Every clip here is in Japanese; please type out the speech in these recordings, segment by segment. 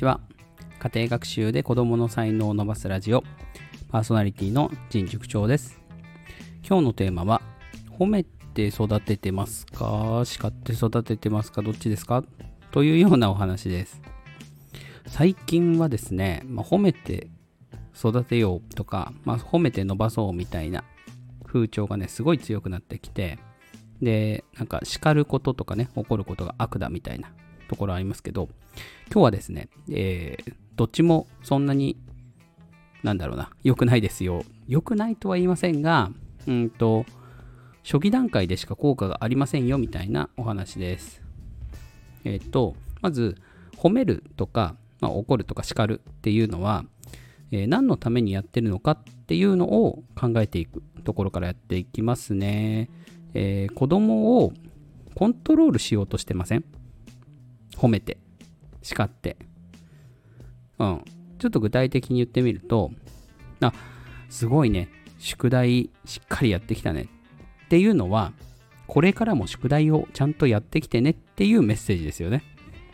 ちは。家庭学習で子どもの才能を伸ばすラジオパーソナリティの陳塾長です。今日のテーマは褒めて育ててますか、叱って育ててますか、どっちですかというようなお話です。最近はですね、褒めて育てようとか、褒めて伸ばそうみたいな風潮がねすごい強くなってきて、で叱ることとかね、怒ることが悪だみたいなところありますけど、今日はですね、どっちもそんなに良くないですよ。良くないとは言いませんが、初期段階でしか効果がありませんよみたいなお話です。まず褒めるとか、怒るとか叱るっていうのは、何のためにやってるのかっていうのを考えていくところからやっていきますね。子供をコントロールしようとしてません？褒めて叱って、ちょっと具体的に言ってみると、すごいね、宿題しっかりやってきたねっていうのは、これからも宿題をちゃんとやってきてねっていうメッセージですよね。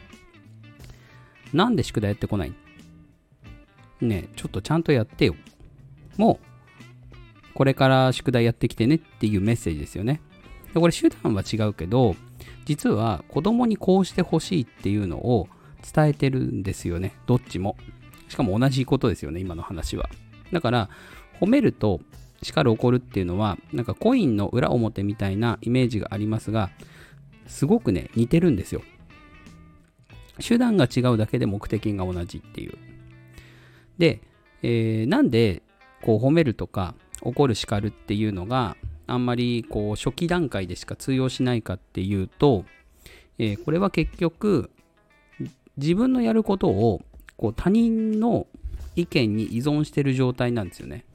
なんで宿題やってこないね、ちょっとちゃんとやってよ。もうこれから宿題やってきてねっていうメッセージですよね。でこれ手段は違うけど、実は子供にこうしてほしいっていうのを伝えてるんですよね。どっちも。しかも同じことですよね、今の話は。だから褒めると叱る怒るっていうのはコインの裏表みたいなイメージがありますが、すごくね似てるんですよ。手段が違うだけで目的が同じっていう。で、なんでこう褒めるとか怒る叱るっていうのがあんまりこう初期段階でしか通用しないかっていうと、これは結局自分のやることをこう他人の意見に依存している状態なんですよね。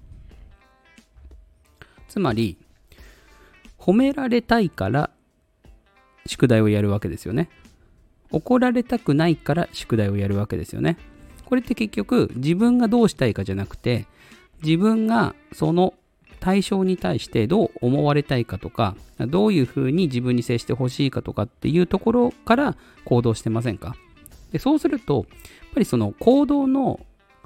つまり褒められたいから宿題をやるわけですよね。怒られたくないから宿題をやるわけですよね。これって結局自分がどうしたいかじゃなくて、自分がその対象に対してどう思われたいかとか、どういうふうに自分に接してほしいかとかっていうところから行動してませんか？でそうするとやっぱりその行動の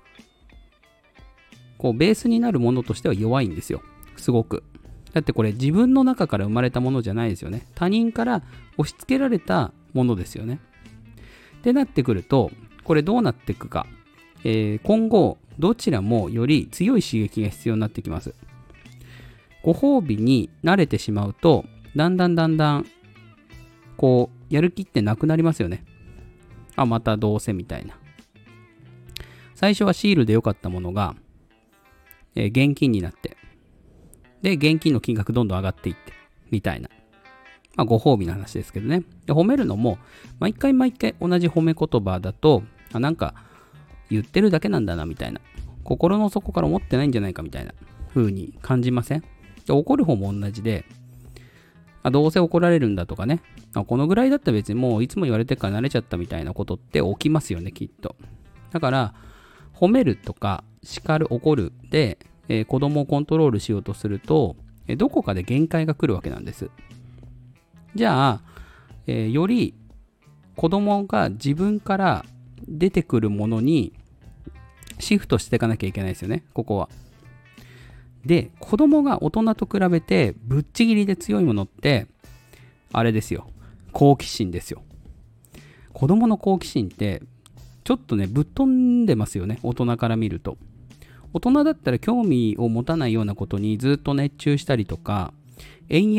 こうベースになるものとしては弱いんですよ、すごく。だってこれ自分の中から生まれたものじゃないですよね。他人から押し付けられたものですよね。ってなってくると、これどうなっていくか、今後どちらもより強い刺激が必要になってきます。ご褒美に慣れてしまうと、だんだんこうやる気ってなくなりますよね。またどうせみたいな。最初はシールで良かったものが、現金になって、で現金の金額どんどん上がっていってみたいな、ご褒美の話ですけどね。で褒めるのも毎回同じ褒め言葉だと、言ってるだけなんだなみたいな、心の底から思ってないんじゃないかみたいな風に感じません？で怒る方も同じで、どうせ怒られるんだとかね、このぐらいだったら別にもういつも言われてるから慣れちゃったみたいなことって起きますよね、きっと。だから褒めるとか叱る怒るで、子供をコントロールしようとすると、どこかで限界が来るわけなんです。じゃあ、より子供が自分から出てくるものにシフトしていかなきゃいけないですよね、ここは。で、子供が大人と比べてぶっちぎりで強いものってあれですよ、好奇心ですよ。子供の好奇心ってちょっとねぶっ飛んでますよね、大人から見ると。大人だったら興味を持たないようなことにずっと熱中したりとか、延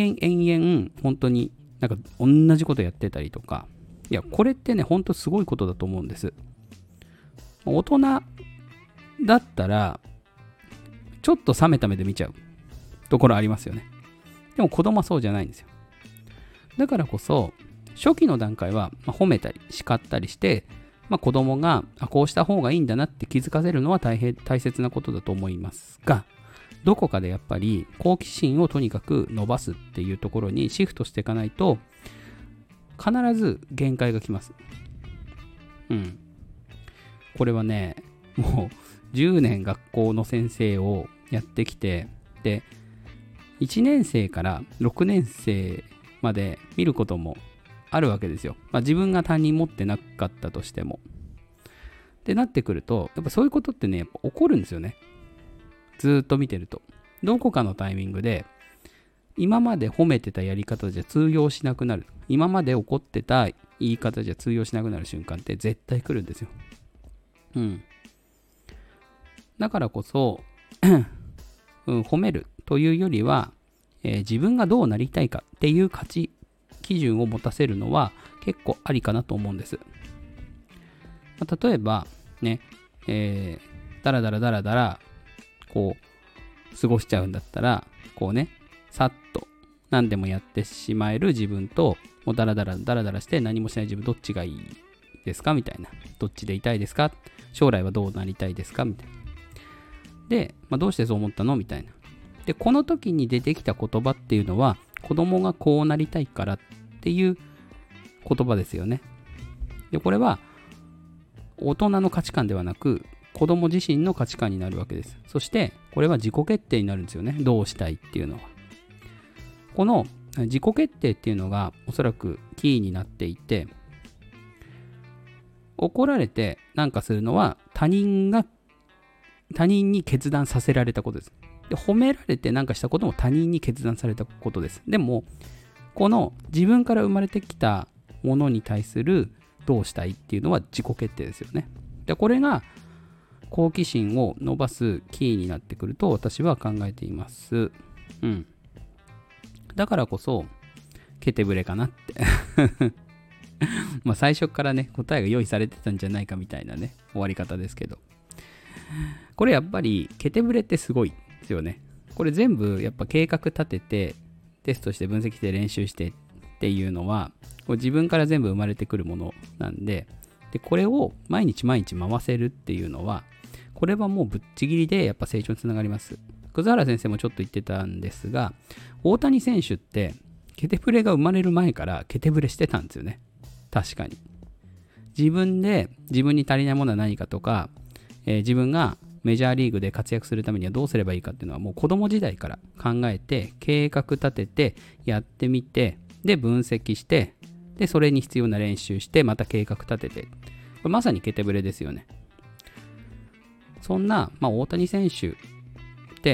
々本当に同じことやってたりとか、いやこれってね本当すごいことだと思うんです。大人だったらちょっと冷めた目で見ちゃうところありますよね。でも子供はそうじゃないんですよ。だからこそ初期の段階は褒めたり叱ったりして、子供がこうした方がいいんだなって気づかせるのは大切なことだと思いますが、どこかでやっぱり好奇心をとにかく伸ばすっていうところにシフトしていかないと必ず限界が来ます。これはね、もう10年学校の先生をやってきて、で1年生から6年生まで見ることもあるわけですよ。自分が担任持ってなかったとしても。 ってなってくると、やっぱそういうことってね、やっぱ起こるんですよね。ずーっと見てると。どこかのタイミングで、今まで褒めてたやり方じゃ通用しなくなる。今まで怒ってた言い方じゃ通用しなくなる瞬間って絶対来るんですよ。だからこそ、褒めるというよりは、自分がどうなりたいかっていう価値基準を持たせるのは結構ありかなと思うんです。例えば、ね、だらだら、こう、過ごしちゃうんだったら、こうね、さっと何でもやってしまえる自分と、もうだらだらして何もしない自分どっちがいいですかみたいな。どっちでいたいですか、将来はどうなりたいですかみたいな。で、どうしてそう思ったのみたいな。で、この時に出てきた言葉っていうのは、子供がこうなりたいからっていう言葉ですよね。で、これは大人の価値観ではなく、子供自身の価値観になるわけです。そして、これは自己決定になるんですよね。どうしたいっていうのは。この自己決定っていうのがおそらくキーになっていて、怒られてなんかするのは他人に決断させられたことです。で、褒められてなんかしたことも他人に決断されたことです。でも、この自分から生まれてきたものに対するどうしたいっていうのは自己決定ですよね。で、これが好奇心を伸ばすキーになってくると私は考えています。だからこそ、ケテブレかなって最初からね、答えが用意されてたんじゃないかみたいなね、終わり方ですけど。これやっぱり、ケテブレってすごいですよね。これ全部やっぱ計画立てて、テストして分析して練習してっていうのは、これ自分から全部生まれてくるものなんで、これを毎日回せるっていうのは、これはもうぶっちぎりでやっぱ成長につながります。葛原先生もちょっと言ってたんですが、大谷選手ってケテブレが生まれる前からケテブレしてたんですよね。確かに。自分で自分に足りないものは何かとか、自分がメジャーリーグで活躍するためにはどうすればいいかっていうのはもう子供時代から考えて、計画立てて、やってみて、で分析して、でそれに必要な練習して、また計画立てて。これまさにケテブレですよね。そんな、大谷選手って、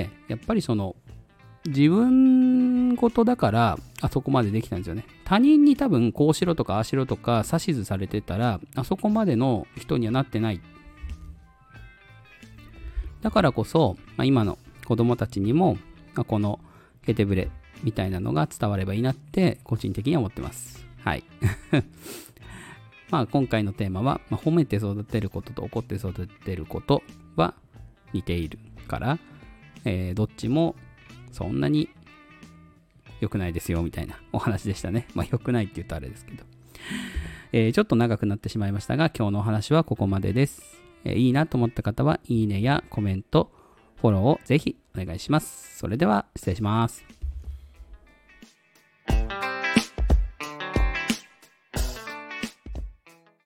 やっぱりその、自分事だからあそこまでできたんですよね。他人に多分こうしろとかああしろとか指図されてたらあそこまでの人にはなってない。だからこそ、今の子供たちにも、このケテブレみたいなのが伝わればいいなって個人的には思ってます。はい。今回のテーマは、褒めて育てることと怒って育てることは似ているから、どっちもそんなに良くないですよみたいなお話でしたね。良くないって言うとあれですけど、ちょっと長くなってしまいましたが、今日のお話はここまでです。いいなと思った方はいいねやコメント、フォローをぜひお願いします。それでは失礼します。